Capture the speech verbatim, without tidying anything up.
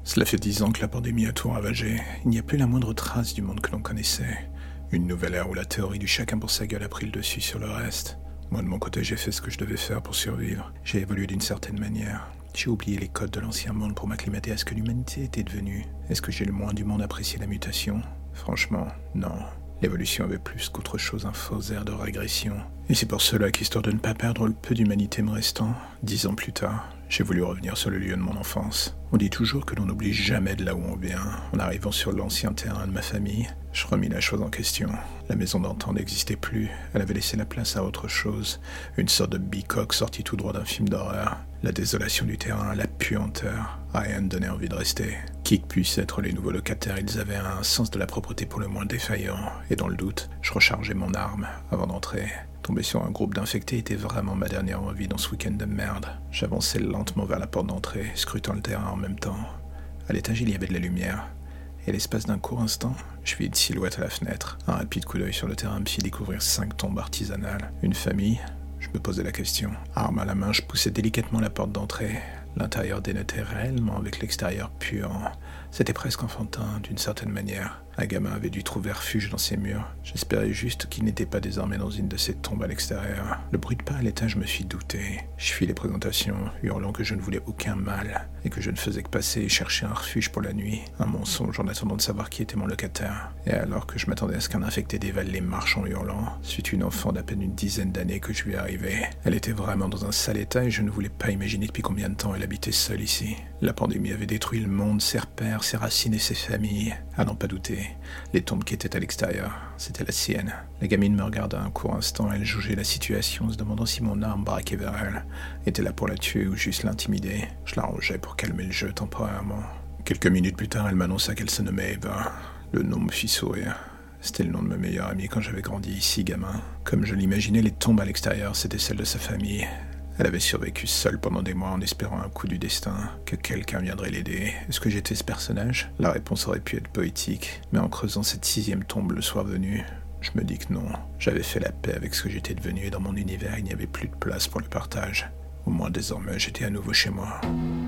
Cela fait dix ans que la pandémie a tout ravagé. Il n'y a plus la moindre trace du monde que l'on connaissait. Une nouvelle ère où la théorie du chacun pour sa gueule a pris le dessus sur le reste. Moi, de mon côté, j'ai fait ce que je devais faire pour survivre. J'ai évolué d'une certaine manière. J'ai oublié les codes de l'ancien monde pour m'acclimater à ce que l'humanité était devenue. Est-ce que j'ai le moins du monde apprécié la mutation? Franchement, non. L'évolution avait plus qu'autre chose un faux air de régression. Et c'est pour cela qu'histoire de ne pas perdre le peu d'humanité me restant, dix ans plus tard, j'ai voulu revenir sur le lieu de mon enfance. On dit toujours que l'on n'oublie jamais de là où on vient. En arrivant sur l'ancien terrain de ma famille, je remis la chose en question. La maison d'antan n'existait plus, elle avait laissé la place à autre chose, une sorte de bicoque sortie tout droit d'un film d'horreur. La désolation du terrain, la puanteur, rien ne donnait envie de rester. Qui que puissent être les nouveaux locataires, ils avaient un sens de la propreté pour le moins défaillant, et dans le doute, je rechargeais mon arme avant d'entrer. Tomber sur un groupe d'infectés était vraiment ma dernière envie dans ce week-end de merde. J'avançais lentement vers la porte d'entrée, scrutant le terrain en même temps. À l'étage, il y avait de la lumière. Et à l'espace d'un court instant, je vis une silhouette à la fenêtre. Un rapide coup d'œil sur le terrain me fit découvrir cinq tombes artisanales. Une famille? Je me posais la question. Arme à la main, je poussais délicatement la porte d'entrée. L'intérieur dénotait réellement avec l'extérieur puant. C'était presque enfantin, d'une certaine manière. Un gamin avait dû trouver refuge dans ces murs. J'espérais juste qu'il n'était pas désormais dans une de ces tombes à l'extérieur. Le bruit de pas à l'étage me fit douter. Je fis les présentations, hurlant que je ne voulais aucun mal, et que je ne faisais que passer et chercher un refuge pour la nuit. Un mensonge en attendant de savoir qui était mon locataire. Et alors que je m'attendais à ce qu'un infecté dévale les marches en hurlant, c'eut une enfant d'à peine une dizaine d'années que je lui arrivais. Elle était vraiment dans un sale état et je ne voulais pas imaginer depuis combien de temps elle habitait seule ici. La pandémie avait détruit le monde, ses repères, ses racines et ses familles. À n'en pas douter. Les tombes qui étaient à l'extérieur, c'était la sienne. La gamine me regarda un court instant, elle jaugeait la situation, se demandant si mon arme braquée vers elle était là pour la tuer ou juste l'intimider. Je l'arrangeais pour calmer le jeu temporairement. Quelques minutes plus tard, elle m'annonça qu'elle se nommait Eva. Le nom me fit sourire. C'était le nom de ma meilleure amie quand j'avais grandi ici, gamin. Comme je l'imaginais, les tombes à l'extérieur, c'était celles de sa famille. Elle avait survécu seule pendant des mois en espérant un coup du destin, que quelqu'un viendrait l'aider. Est-ce que j'étais ce personnage? La réponse aurait pu être poétique, mais en creusant cette sixième tombe le soir venu, je me dis que non. J'avais fait la paix avec ce que j'étais devenu et dans mon univers, il n'y avait plus de place pour le partage. Au moins désormais, j'étais à nouveau chez moi.